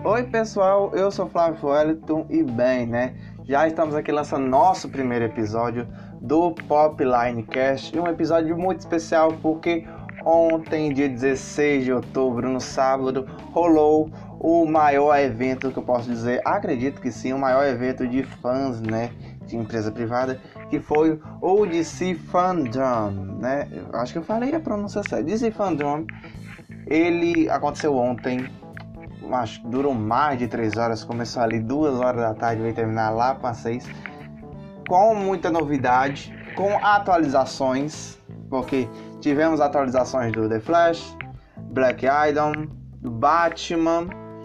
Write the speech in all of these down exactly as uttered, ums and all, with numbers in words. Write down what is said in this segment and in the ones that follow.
Oi pessoal, eu sou Flávio Wellington e bem, né? Já estamos aqui lançando nosso primeiro episódio do Popline Cast, e um episódio muito especial porque ontem, dia dezesseis de outubro, no sábado, rolou o maior evento que eu posso dizer, acredito que sim, o maior evento de fãs, né, de empresa privada, que foi o D C Fandom, né? Eu acho que eu falei a pronúncia certa. D C Fandom, ele aconteceu ontem. Acho que durou mais de três horas, começou ali duas horas da tarde, vai terminar lá para seis, com muita novidade, com atualizações, porque tivemos atualizações do The Flash, Black Adam, do Batman,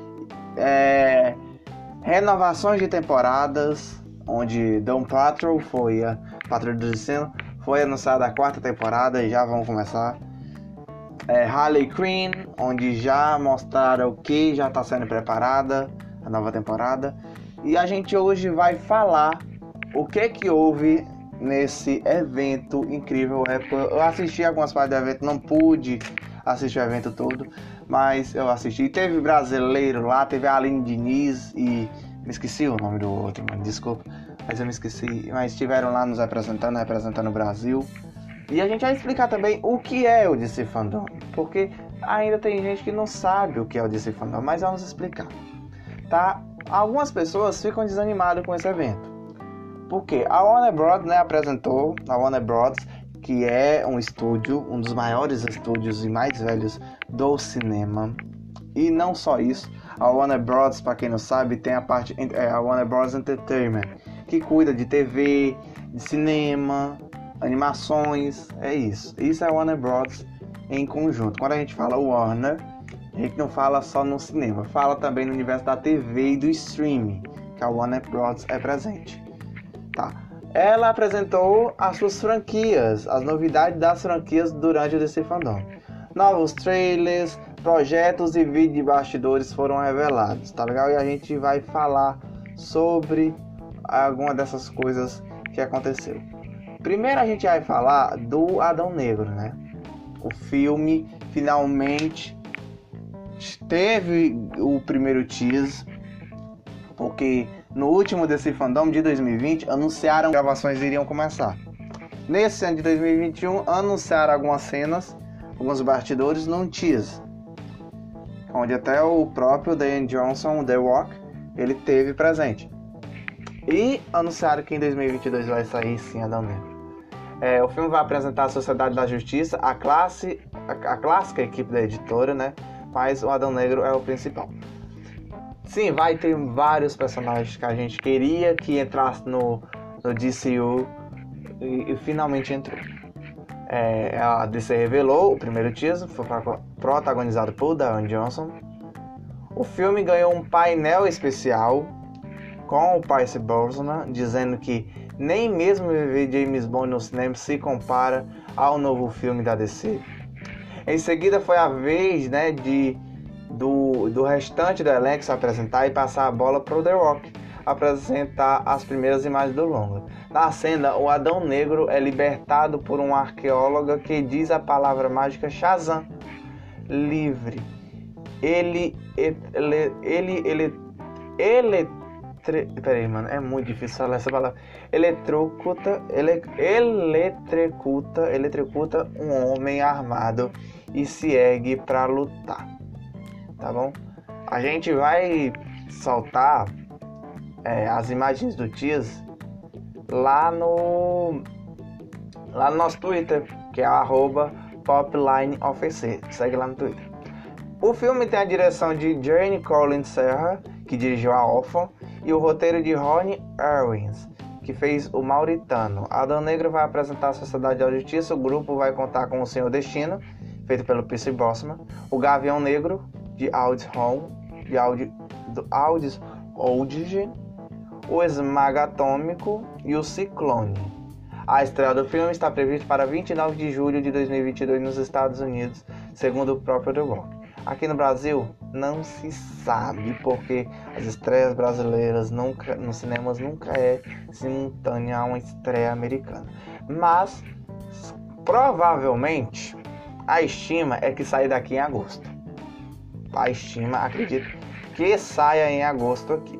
é, renovações de temporadas, onde Doom Patrol foi a Patrulha do Destino, foi anunciada a quarta temporada e já vão começar. É, Harley Quinn, onde já mostraram que já está sendo preparada a nova temporada. E a gente hoje vai falar o que que houve nesse evento incrível. Eu assisti algumas partes do evento, não pude assistir o evento todo, mas eu assisti. Teve brasileiro lá, teve a Aline Diniz e... me esqueci o nome do outro, mano, desculpa, mas eu me esqueci. Mas estiveram lá nos representando, representando o Brasil. E a gente vai explicar também o que é o D C Fandom, porque ainda tem gente que não sabe o que é o D C Fandom, mas vamos explicar, tá? Algumas pessoas ficam desanimadas com esse evento, porque a Warner Bros, né, apresentou, a Warner Bros, que é um estúdio, um dos maiores estúdios e mais velhos do cinema, e não só isso, a Warner Bros, para quem não sabe, tem a parte, é, a Warner Bros Entertainment, que cuida de T V, de cinema, animações, é isso. Isso é Warner Bros em conjunto. Quando a gente fala Warner, a gente não fala só no cinema, fala também no universo da T V e do streaming, que a Warner Bros é presente. Tá. Ela apresentou as suas franquias, as novidades das franquias durante o D C Fandom. Novos trailers, projetos e vídeos de bastidores foram revelados, tá legal? E a gente vai falar sobre alguma dessas coisas que aconteceu. Primeiro a gente vai falar do Adão Negro, né? O filme finalmente teve o primeiro teaser, porque no último D C Fandom de dois mil e vinte anunciaram que as gravações iriam começar. Nesse ano de dois mil e vinte e um anunciaram algumas cenas, alguns bastidores num teaser, onde até o próprio Dwayne Johnson, The Rock, ele teve presente. E anunciaram que em dois mil e vinte e dois vai sair sim Adão Negro. É, o filme vai apresentar a Sociedade da Justiça, a, classe, a, a clássica equipe da editora, né? Mas o Adão Negro é o principal. Sim, vai ter vários personagens que a gente queria que entrasse no, no D C U e, e finalmente entrou. É, a D C revelou o primeiro teaser, foi protagonizado por Dwayne Johnson. O filme ganhou um painel especial com o Pierce Brosnan, dizendo que nem mesmo ver James Bond no cinema se compara ao novo filme da D C. Em seguida foi a vez, né, de, do, do restante do elenco se apresentar e passar a bola para o The Rock apresentar as primeiras imagens do longa. Na cena, o Adão Negro é libertado por um arqueólogo que diz a palavra mágica Shazam, livre. Ele... ele... ele... ele... ele Tre... Peraí, mano, é muito difícil falar essa palavra. Eletrocuta, ele... eletrocuta, eletrocuta um homem armado e se ergue pra lutar. Tá bom? A gente vai soltar é, as imagens do teaser lá no lá no nosso Twitter, que é arroba poplineofc. Segue lá no Twitter. O filme tem a direção de Jane Collins Serra, que dirigiu A Órfã, e o roteiro de Ronnie Erwins, que fez O Mauritano. Adão Negro vai apresentar a Sociedade da Justiça, o grupo vai contar com O Senhor Destino, feito pelo Pierce Brosnan, o Gavião Negro, de Aldis Home, de Aldis, Aldis Hodge, o Esmaga Atômico e o Ciclone. A estreia do filme está prevista para vinte e nove de julho de dois mil e vinte e dois nos Estados Unidos, segundo o próprio The Rock. Aqui no Brasil não se sabe, porque as estreias brasileiras nunca, nos cinemas nunca é simultânea a uma estreia americana. Mas provavelmente a estima é que sai daqui em agosto. A estima, acredito, que saia em agosto aqui.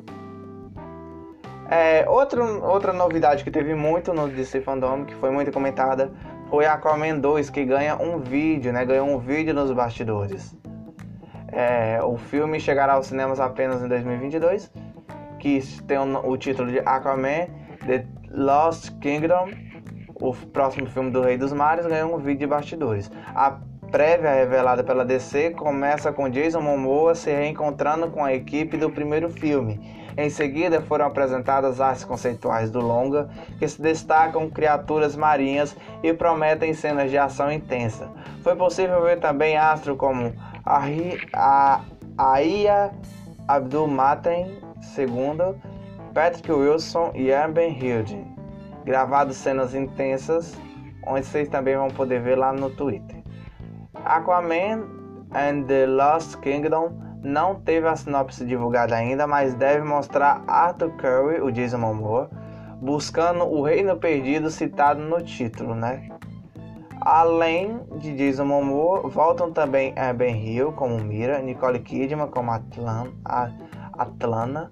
É, outra, outra novidade que teve muito no D C Fandom, que foi muito comentada, foi Aquaman dois, que ganha um vídeo, né? Ganhou um vídeo nos bastidores. É, o filme chegará aos cinemas apenas em dois mil e vinte e dois, que tem o, o título de Aquaman The Lost Kingdom. O próximo filme do Rei dos Mares ganhou um vídeo de bastidores. A prévia revelada pela D C começa com Jason Momoa se reencontrando com a equipe do primeiro filme. Em seguida foram apresentadas artes conceituais do longa, que se destacam criaturas marinhas e prometem cenas de ação intensa. Foi possível ver também astros como a Aya Abdul-Mateen segundo, Patrick Wilson e Amber Heard, gravado cenas intensas, onde vocês também vão poder ver lá no Twitter. Aquaman and the Lost Kingdom não teve a sinopse divulgada ainda, mas deve mostrar Arthur Curry, o Jason Momoa, buscando o Reino Perdido citado no título, né? Além de Jason Momoa, voltam também Amber Heard como Mira, Nicole Kidman como Atlan, a, Atlana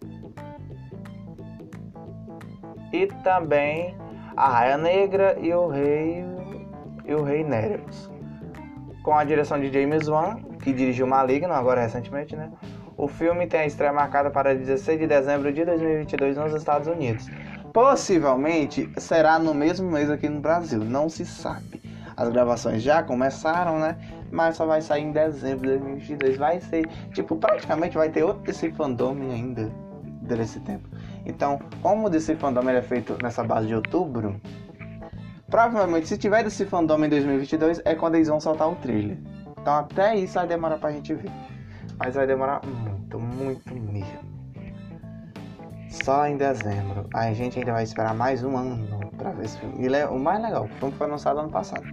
e também a Raia Negra e o Rei e o Rei Nereus. Com a direção de James Wan, que dirigiu Maligno, agora recentemente, né? O filme tem a estreia marcada para dezesseis de dezembro de dois mil e vinte e dois nos Estados Unidos. Possivelmente será no mesmo mês aqui no Brasil, não se sabe. As gravações já começaram, né? Mas só vai sair em dezembro de dois mil e vinte e dois. Vai ser, tipo, praticamente vai ter outro D C Fandom ainda desse tempo. Então, como o D C Fandom é feito nessa base de outubro, provavelmente se tiver D C Fandom em dois mil e vinte e dois é quando eles vão soltar o trailer. Então até isso vai demorar pra gente ver. Mas vai demorar muito, muito mesmo. Só em dezembro. Aí a gente ainda vai esperar mais um ano pra ver esse filme. E o mais legal, o filme foi lançado ano passado.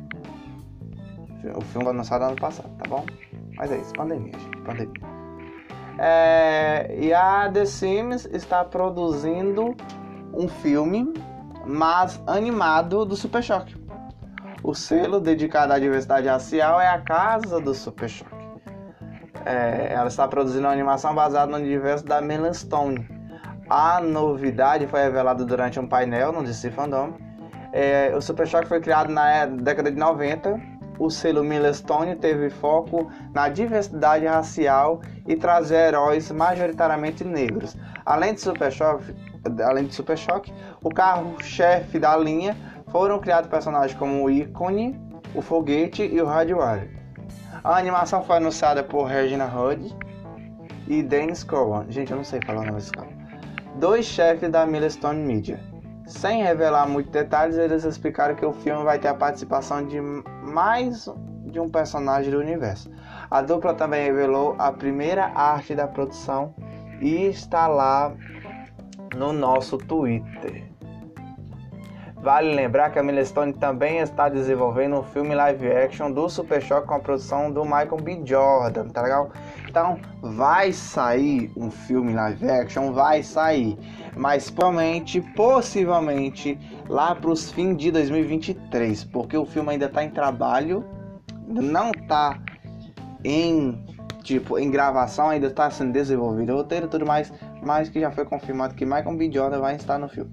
O filme foi lançado ano passado, tá bom? Mas é isso, pandemia, gente. Pandemia. É, e a The Sims está produzindo um filme, mas animado, do Super Choque. O selo dedicado à diversidade racial é a Casa do Super Choque. É, ela está produzindo uma animação baseada no universo da Milestone. A novidade foi revelada durante um painel no D C Fandom. É, o Super Choque foi criado na década de noventa. O selo Milestone teve foco na diversidade racial e trazer heróis majoritariamente negros. Além de Super Choque, além de Super Choque, o carro-chefe da linha foram criados personagens como o Ícone, o Foguete e o Radioário. A animação foi anunciada por Regina Hudd e Dennis Cowan. Gente, eu não sei falar o nome desse cara. Dois chefes da Milestone Media. Sem revelar muitos detalhes, eles explicaram que o filme vai ter a participação de mais de um personagem do universo. A dupla também revelou a primeira arte da produção e está lá no nosso Twitter. Vale lembrar que a Milestone também está desenvolvendo um filme live action do Super Choque com a produção do Michael B. Jordan, tá legal? Então vai sair um filme live action, vai sair, mas provavelmente, possivelmente lá para os fins de dois mil e vinte e três, porque o filme ainda está em trabalho, não está em tipo em gravação, ainda está sendo desenvolvido o roteiro e tudo mais, mas que já foi confirmado que Michael B. Jordan vai estar no filme.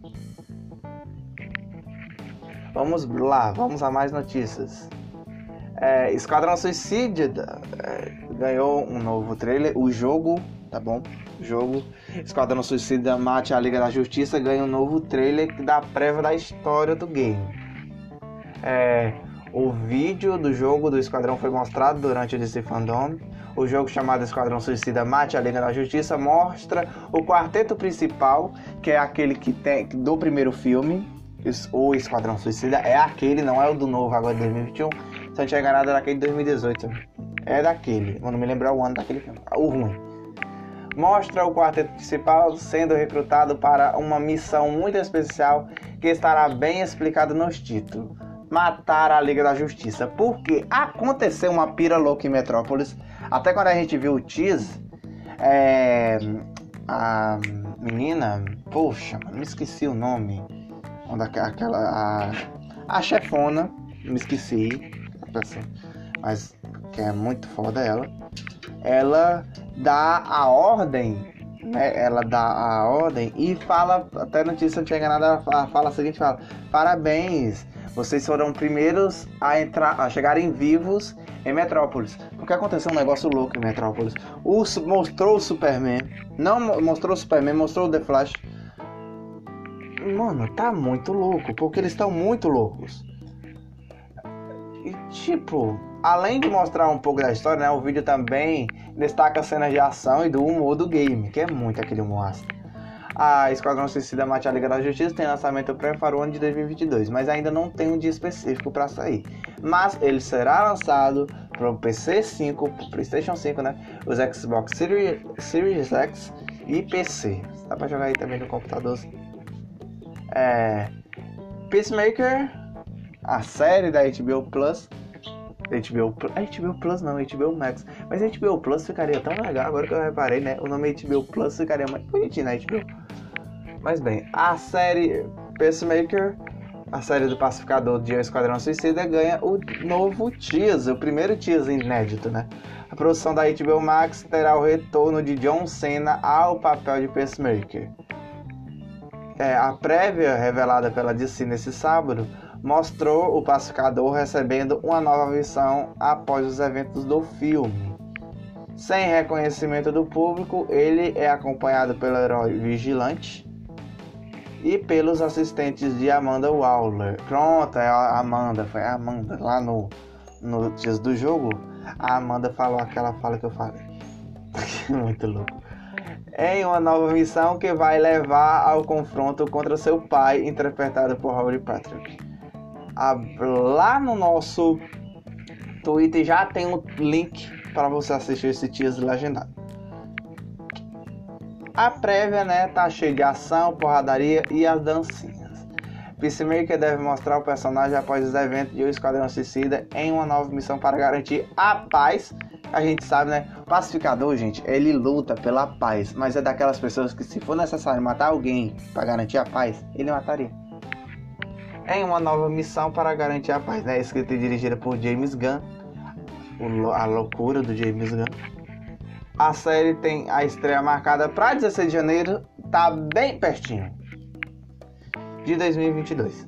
Vamos lá, vamos a mais notícias. É, Esquadrão Suicida é, ganhou um novo trailer. O jogo, tá bom? O jogo Esquadrão Suicida Mate a Liga da Justiça ganha um novo trailer que dá prévia da história do game. É, o vídeo do jogo do Esquadrão foi mostrado durante o D C Fandom. O jogo chamado Esquadrão Suicida Mate a Liga da Justiça mostra o quarteto principal, que é aquele que tem do primeiro filme. O Esquadrão Suicida é aquele, não é o do novo agora de dois mil e vinte e um. Se eu não tiver enganado, era aquele de dois mil e dezoito. É daquele, eu não me lembro o ano daquele filme. O ruim. Mostra o quarteto principal sendo recrutado para uma missão muito especial que estará bem explicado nos títulos: matar a Liga da Justiça. Porque aconteceu uma pira louca em Metrópolis. Até quando a gente viu o teaser, é, a menina, poxa, me esqueci o nome. Aquela, a, a chefona, me esqueci, mas que é muito foda ela. Ela dá a ordem, né? Ela dá a ordem e fala, até notícia não tinha enganado, ela fala a seguinte, fala: parabéns, vocês foram primeiros a entrar, a chegarem vivos em Metrópolis. Porque aconteceu um negócio louco em Metrópolis. O, mostrou o Superman, não mostrou o Superman, mostrou o The Flash. Mano, tá muito louco, porque eles estão muito loucos. E tipo, além de mostrar um pouco da história, né, o vídeo também destaca cenas de ação e do humor do game, que é muito aquele humor ácido. A Esquadrão Suicida Mate a Liga da Justiça tem lançamento prévio para o ano de dois mil e vinte e dois, mas ainda não tem um dia específico para sair. Mas ele será lançado para o P C cinco, PlayStation cinco, né, os Xbox Series, Series X e P C. Dá para jogar aí também no computador. É, Peacemaker, a série da H B O Plus. H B O Plus, H B O Plus não, H B O Max. Mas H B O Plus ficaria tão legal, agora que eu reparei, né? O nome H B O Plus ficaria mais bonitinho na H B O. Mas bem, a série Peacemaker, a série do Pacificador de Esquadrão Suicida, ganha o novo teaser, o primeiro teaser inédito, né? A produção da H B O Max terá o retorno de John Cena ao papel de Peacemaker. É, a prévia revelada pela D C nesse sábado mostrou o Pacificador recebendo uma nova missão após os eventos do filme. Sem reconhecimento do público, ele é acompanhado pelo herói Vigilante e pelos assistentes de Amanda Waller. Pronto, é a Amanda, foi a Amanda lá no, no teaser do jogo. A Amanda falou aquela fala que eu falei. Muito louco. Em uma nova missão que vai levar ao confronto contra seu pai, interpretado por Robert Patrick. Lá no nosso Twitter já tem um link para você assistir esse teaser legendado. A prévia, né, tá cheia de ação, porradaria e as dancinhas. Peacemaker deve mostrar o personagem após os eventos de O Esquadrão Suicida em uma nova missão para garantir a paz. A gente sabe, né? O Pacificador, gente, ele luta pela paz, mas é daquelas pessoas que, se for necessário matar alguém para garantir a paz, ele mataria. Em uma nova missão para garantir a paz, né? Escrita e dirigida por James Gunn, a loucura do James Gunn. A série tem a estreia marcada para dezesseis de janeiro, tá bem pertinho, de dois mil e vinte e dois.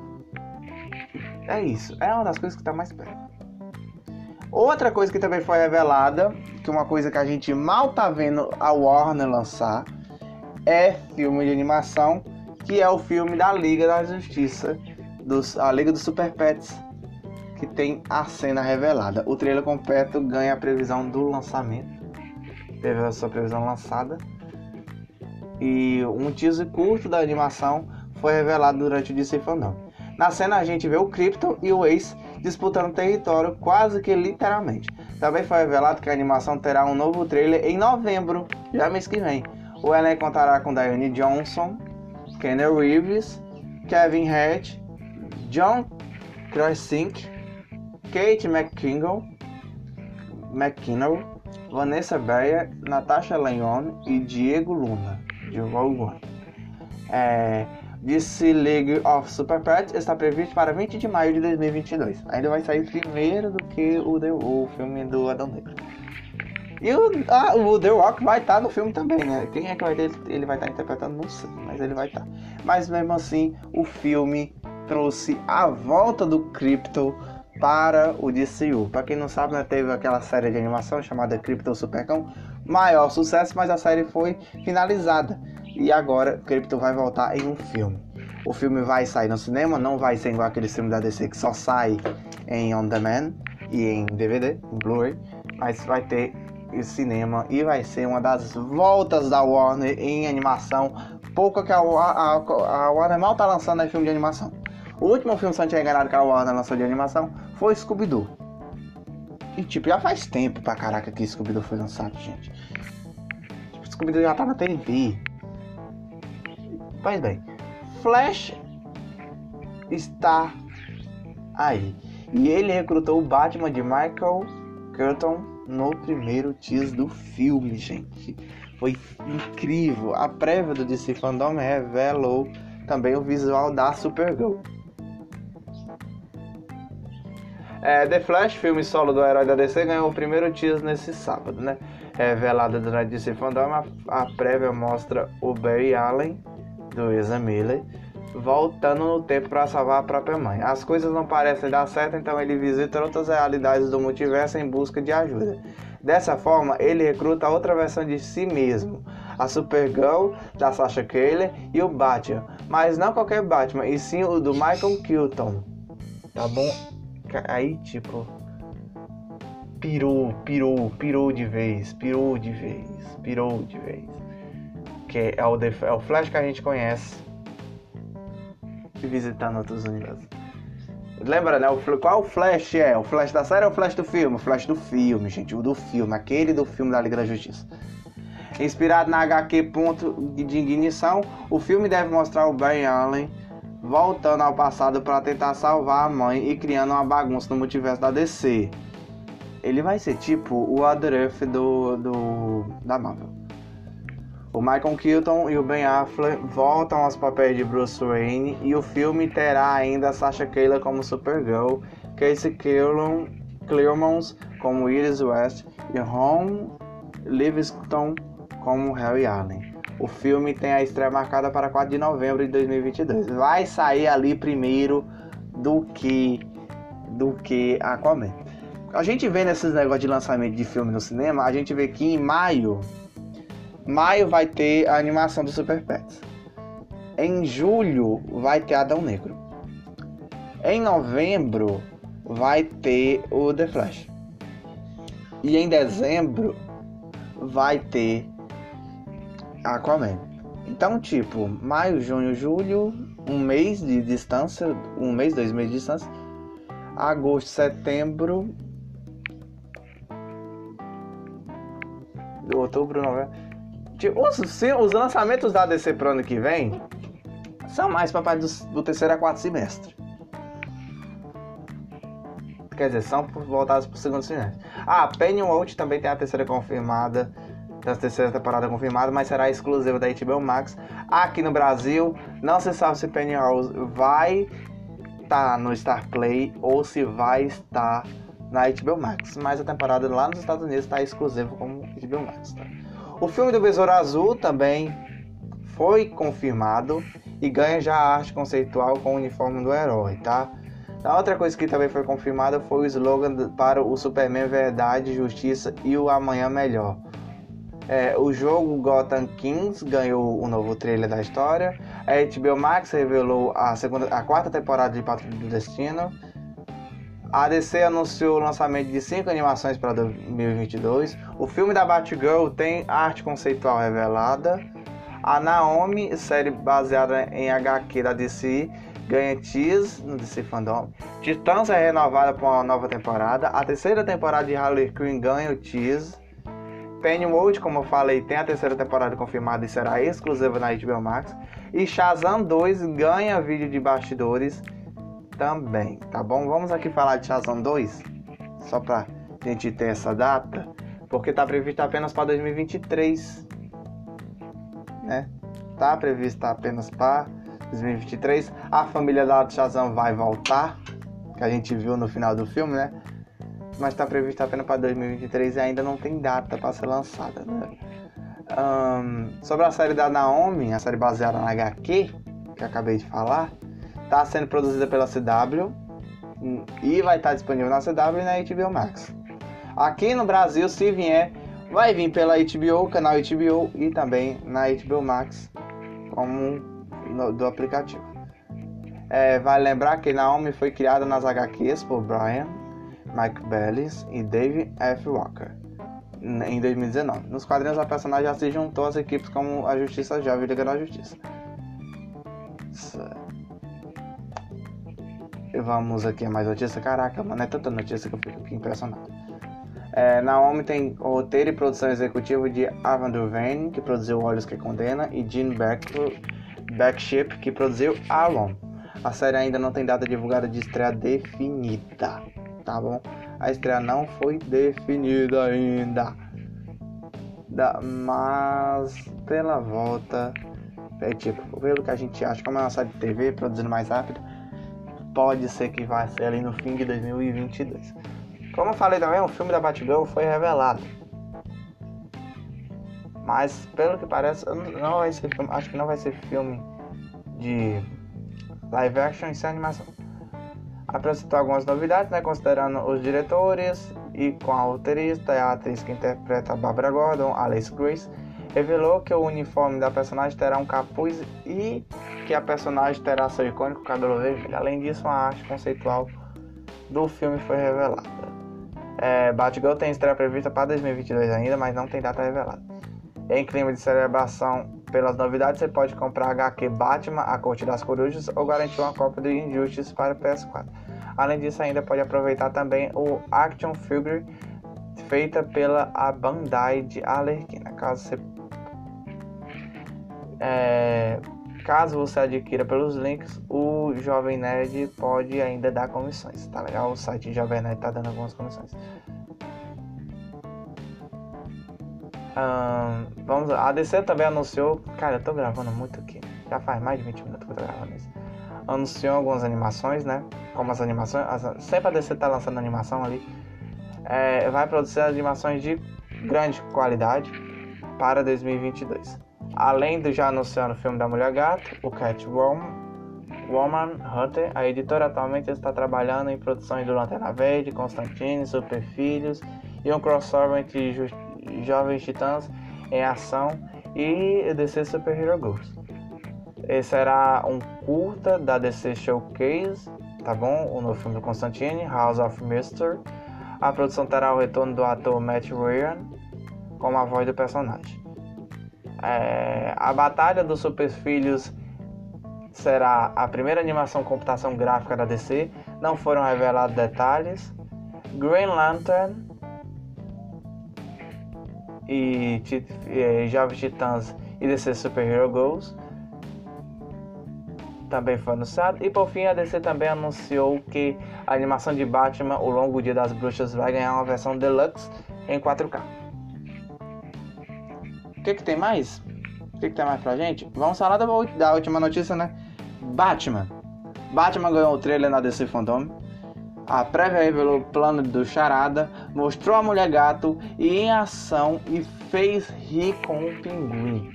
É isso, é uma das coisas que tá mais perto. Outra coisa que também foi revelada, que uma coisa que a gente mal tá vendo a Warner lançar, é filme de animação, que é o filme da Liga da Justiça, dos, a Liga dos Super Pets, que tem a cena revelada. O trailer completo ganha a previsão do lançamento, teve a sua previsão lançada, e um teaser curto da animação foi revelado durante o D C Fandom. Na cena a gente vê o Krypton e o Ace disputando território quase que literalmente. Também foi revelado que a animação terá um novo trailer em novembro, já mês que vem. O elenco contará com Dwayne Johnson, Keanu Reeves, Kevin Hart, John Krasinski, Kate McKinnon, McKinnon, Vanessa Bayer, Natasha Lyonne e Diego Luna, de Rogue One. É... D C League of Super Pets está previsto para vinte de maio de dois mil e vinte e dois. Ainda vai sair primeiro do que o, The, o filme do Adão Negro. E o, ah, o The Rock vai estar no filme também, né? Quem é que vai ter? Ele vai estar interpretando, não sei, mas ele vai estar. Mas mesmo assim, o filme trouxe a volta do Krypton para o D C U. Para quem não sabe, né, teve aquela série de animação chamada Krypton Supercão, maior sucesso, mas a série foi finalizada. E agora Krypton vai voltar em um filme. O filme vai sair no cinema, não vai ser igual aquele filme da D C que só sai em on demand e em D V D, em Blu-ray, mas vai ter cinema e vai ser uma das voltas da Warner em animação. Pouco que a, a, a Warner mal tá lançando é filme de animação. O último filme, se eu não tinha enganado, que a Warner lançou de animação foi Scooby-Doo. E tipo, já faz tempo pra caraca que Scooby-Doo foi lançado, gente. Tipo, Scooby-Doo já tá na T V. Pois bem, Flash está aí. E ele recrutou o Batman de Michael Keaton no primeiro teaser do filme, gente. Foi incrível. A prévia do D C Fandom revelou também o visual da Supergirl. É, The Flash, filme solo do herói da D C, ganhou o primeiro teaser nesse sábado, né? Revelada durante D C Fandom, a, a prévia mostra o Barry Allen, do Ezra Miller, voltando no tempo para salvar a própria mãe. As coisas não parecem dar certo, então ele visita outras realidades do multiverso em busca de ajuda. Dessa forma, ele recruta outra versão de si mesmo, a Supergirl, da Sasha Calle, e o Batman, mas não qualquer Batman, e sim o do Michael Keaton, tá bom? Aí, tipo, pirou, pirou, pirou de vez, pirou de vez, pirou de vez. Que é o, é o Flash que a gente conhece, visitando outros universos. Lembra, né? O, qual o Flash é? O Flash da série ou o Flash do filme? O Flash do filme, gente. O do filme. Aquele do filme da Liga da Justiça. Inspirado na H Q Ponto de Ignição, o filme deve mostrar o Barry Allen voltando ao passado para tentar salvar a mãe e criando uma bagunça no multiverso da D C. Ele vai ser tipo o Other Earth do, do, da Marvel. O Michael Keaton e o Ben Affleck voltam aos papéis de Bruce Wayne e o filme terá ainda a Sasha Calle como Supergirl, Casey Claremont como Iris West e Ron Livingston como Harry Allen. O filme tem a estreia marcada para quatro de novembro de dois mil e vinte e dois. Vai sair ali primeiro do que do que Aquaman. A gente vê nesses negócios de lançamento de filme no cinema, a gente vê que em maio Maio vai ter a animação do Super Pets. Em julho vai ter Adão Negro. Em novembro vai ter o The Flash. E em dezembro vai ter Aquaman. Então, tipo, maio, junho, julho, um mês de distância, um mês, dois meses de distância. Agosto, setembro, outubro, novembro. Os, os lançamentos da D C pro ano que vem são mais para parte do, do terceiro a quarto semestre. Quer dizer, são voltados para o segundo semestre. Ah, Pennyworth também tem a terceira confirmada, a terceira temporada confirmada, mas será exclusiva da H B O Max. Aqui no Brasil, não se sabe se Pennyworth vai estar no Star Play ou se vai estar na H B O Max. Mas a temporada lá nos Estados Unidos está exclusiva como H B O Max, tá? O filme do Besouro Azul também foi confirmado e ganha já a arte conceitual com o uniforme do herói, tá? A outra coisa que também foi confirmada foi o slogan para o Superman Verdade, Justiça e o Amanhã Melhor. É, o jogo Gotham Kings ganhou um novo trailer da história. A H B O Max revelou a, segunda, a quarta temporada de Patrulha do Destino. A D C anunciou o lançamento de cinco animações para dois mil e vinte e dois. O filme da Batgirl tem arte conceitual revelada. A Naomi, série baseada em H Q da D C, ganha tease no D C Fandom. Titãs é renovada para uma nova temporada. A terceira temporada de Harley Quinn ganha o tease. Pennyworth, como eu falei, tem a terceira temporada confirmada e será exclusiva na H B O Max. E Shazam dois ganha vídeo de bastidores também, tá bom? Vamos aqui falar de Shazam dois, só pra gente ter essa data, porque tá previsto apenas para dois mil e vinte e três, né? Tá previsto apenas para dois mil e vinte e três. A família da Shazam vai voltar, que a gente viu no final do filme, né? Mas tá previsto apenas para dois mil e vinte e três e ainda não tem data para ser lançada, né? Um, sobre a série da Naomi, a série baseada na H Q, que eu acabei de falar, está sendo produzida pela C W e vai estar disponível na C W e na H B O Max. Aqui no Brasil, se vier, vai vir pela H B O, canal H B O e também na H B O Max, como no, do aplicativo. É, vale lembrar que Naomi foi criada nas H Qs por Brian Mike Bellis e Dave F. Walker em dois mil e dezenove. Nos quadrinhos, a personagem já se juntou às equipes como a Justiça Jovem e Liga da Justiça. Vamos aqui a mais notícia. Caraca, mano, é tanta notícia que eu fico aqui impressionado. É, Naomi tem roteiro e produção executiva de Avan Durvane, que produziu Olhos que Condena, e Gene Backship, que produziu Aaron. A série ainda não tem data divulgada de estreia definida, tá bom? A estreia não foi definida ainda, da, mas pela volta, é tipo, pelo que a gente acha, como é uma série de T V, produzindo mais rápido, pode ser que vai ser ali no fim de dois mil e vinte e dois. Como eu falei também, o filme da Batgirl foi revelado. Mas pelo que parece, não vai ser filme, acho que não vai ser filme de live action e sim animação. Apresentou algumas novidades, né, considerando os diretores e com a roteirista e a atriz que interpreta a Barbara Gordon, Alice Grace, revelou que o uniforme da personagem terá um capuz e que a personagem terá seu icônico cabelo vermelho. Além disso, uma arte conceitual do filme foi revelada. É, Batgirl tem estreia prevista para dois mil e vinte e dois ainda, mas não tem data revelada. Em clima de celebração pelas novidades, você pode comprar H Q Batman, A Corte das Corujas, ou garantir uma cópia de Injustice para o P S quatro. Além disso, ainda pode aproveitar também o Action Figure feita pela a Bandai de Arlequina. Caso você, é, caso você adquira pelos links, o Jovem Nerd pode ainda dar comissões, tá legal? O site Jovem Nerd tá dando algumas comissões. Um, vamos lá. A D C também anunciou. Cara, eu tô gravando muito aqui. Já faz mais de vinte minutos que eu tô gravando isso. Anunciou algumas animações, né? Como as animações. As, sempre a D C tá lançando animação ali. É, vai produzir animações de grande qualidade para dois mil e vinte e dois. Além do já anunciando o filme da Mulher Gato, o Catwoman Woman Hunter, a editora atualmente está trabalhando em produções do Lanterna Verde, Constantine, Super Filhos e um crossover entre Just Jovens Titãs em Ação e D C Super Hero Girls. Esse será um curta da D C Showcase, tá bom? O novo filme do Constantine, House of Mystery. A produção terá o retorno do ator Matt Ryan como a voz do personagem. É, a Batalha dos Super Filhos será a primeira animação com computação gráfica da D C. Não foram revelados detalhes. Green Lantern e, e Jovens Titãs e D C Super Hero Girls também foi anunciado. E por fim, a D C também anunciou que a animação de Batman, O Longo Dia das Bruxas, vai ganhar uma versão deluxe em quatro K. O que que tem mais? O que que tem mais pra gente? Vamos falar da, da última notícia, né? Batman. Batman ganhou o trailer na D C Fandom. A prévia revelou o plano do Charada, mostrou a Mulher Gato e em ação e fez rir com o Pinguim.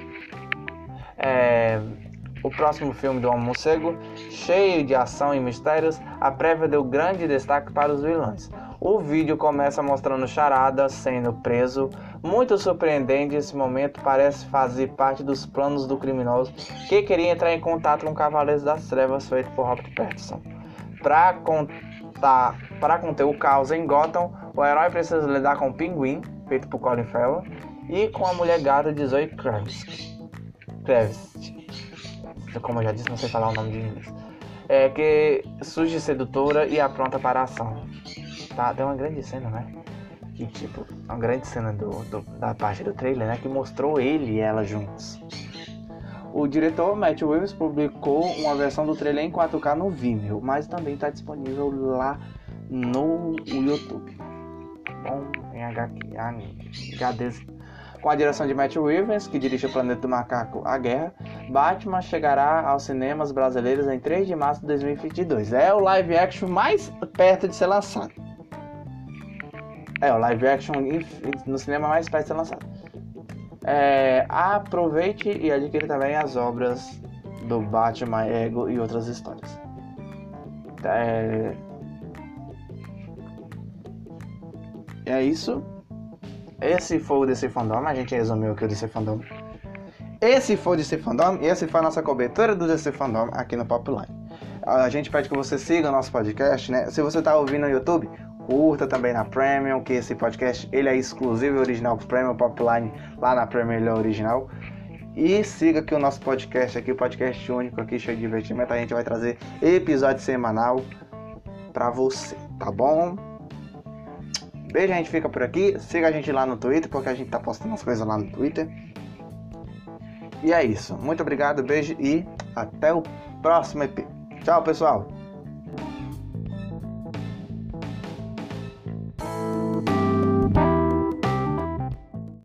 É, o próximo filme do Homem Morcego, cheio de ação e mistérios, a prévia deu grande destaque para os vilões. O vídeo começa mostrando Charada sendo preso. Muito surpreendente, esse momento parece fazer parte dos planos do criminoso que queria entrar em contato com Cavaleiros das Trevas, feito por Robert Pattinson. Para contar, para conter o caos em Gotham, o herói precisa lidar com o Pinguim, feito por Colin Farrell, e com a Mulher Gata de Zoe Kravitz. Kravitz. Como eu já disse, não sei falar o nome de inglês. É, que surge sedutora e apronta para a ação. Tá, deu uma grande cena, né? Que tipo, uma grande cena do, do, da parte do trailer, né? Que mostrou ele e ela juntos. O diretor Matt Reeves publicou uma versão do trailer em quatro K no Vimeo, mas também está disponível lá no YouTube. Bom, em H D. Com a direção de Matt Reeves, que dirige O Planeta do Macaco, A Guerra, Batman chegará aos cinemas brasileiros em três de março de dois mil e vinte e dois. É o live action mais perto de ser lançado. É, o live action no cinema mais perto de ser lançado. É, aproveite e adquire também as obras do Batman, Ego e outras histórias. É, é isso. Esse foi o D C Fandom. A gente resumiu aqui o D C Fandom. Esse foi o D C Fandom e essa foi a nossa cobertura do D C Fandom aqui no Popline. A gente pede que você siga o nosso podcast, né? Se você está ouvindo no YouTube, curta também na Premium, que esse podcast ele é exclusivo e original para Premium Popline. Lá na Premium ele é original. E siga aqui o nosso podcast aqui, o podcast único aqui, cheio de divertimento. A gente vai trazer episódio semanal para você, tá bom? Beijo, a gente fica por aqui. Siga a gente lá no Twitter, porque a gente tá postando as coisas lá no Twitter. E é isso. Muito obrigado, beijo e até o próximo E P. Tchau, pessoal.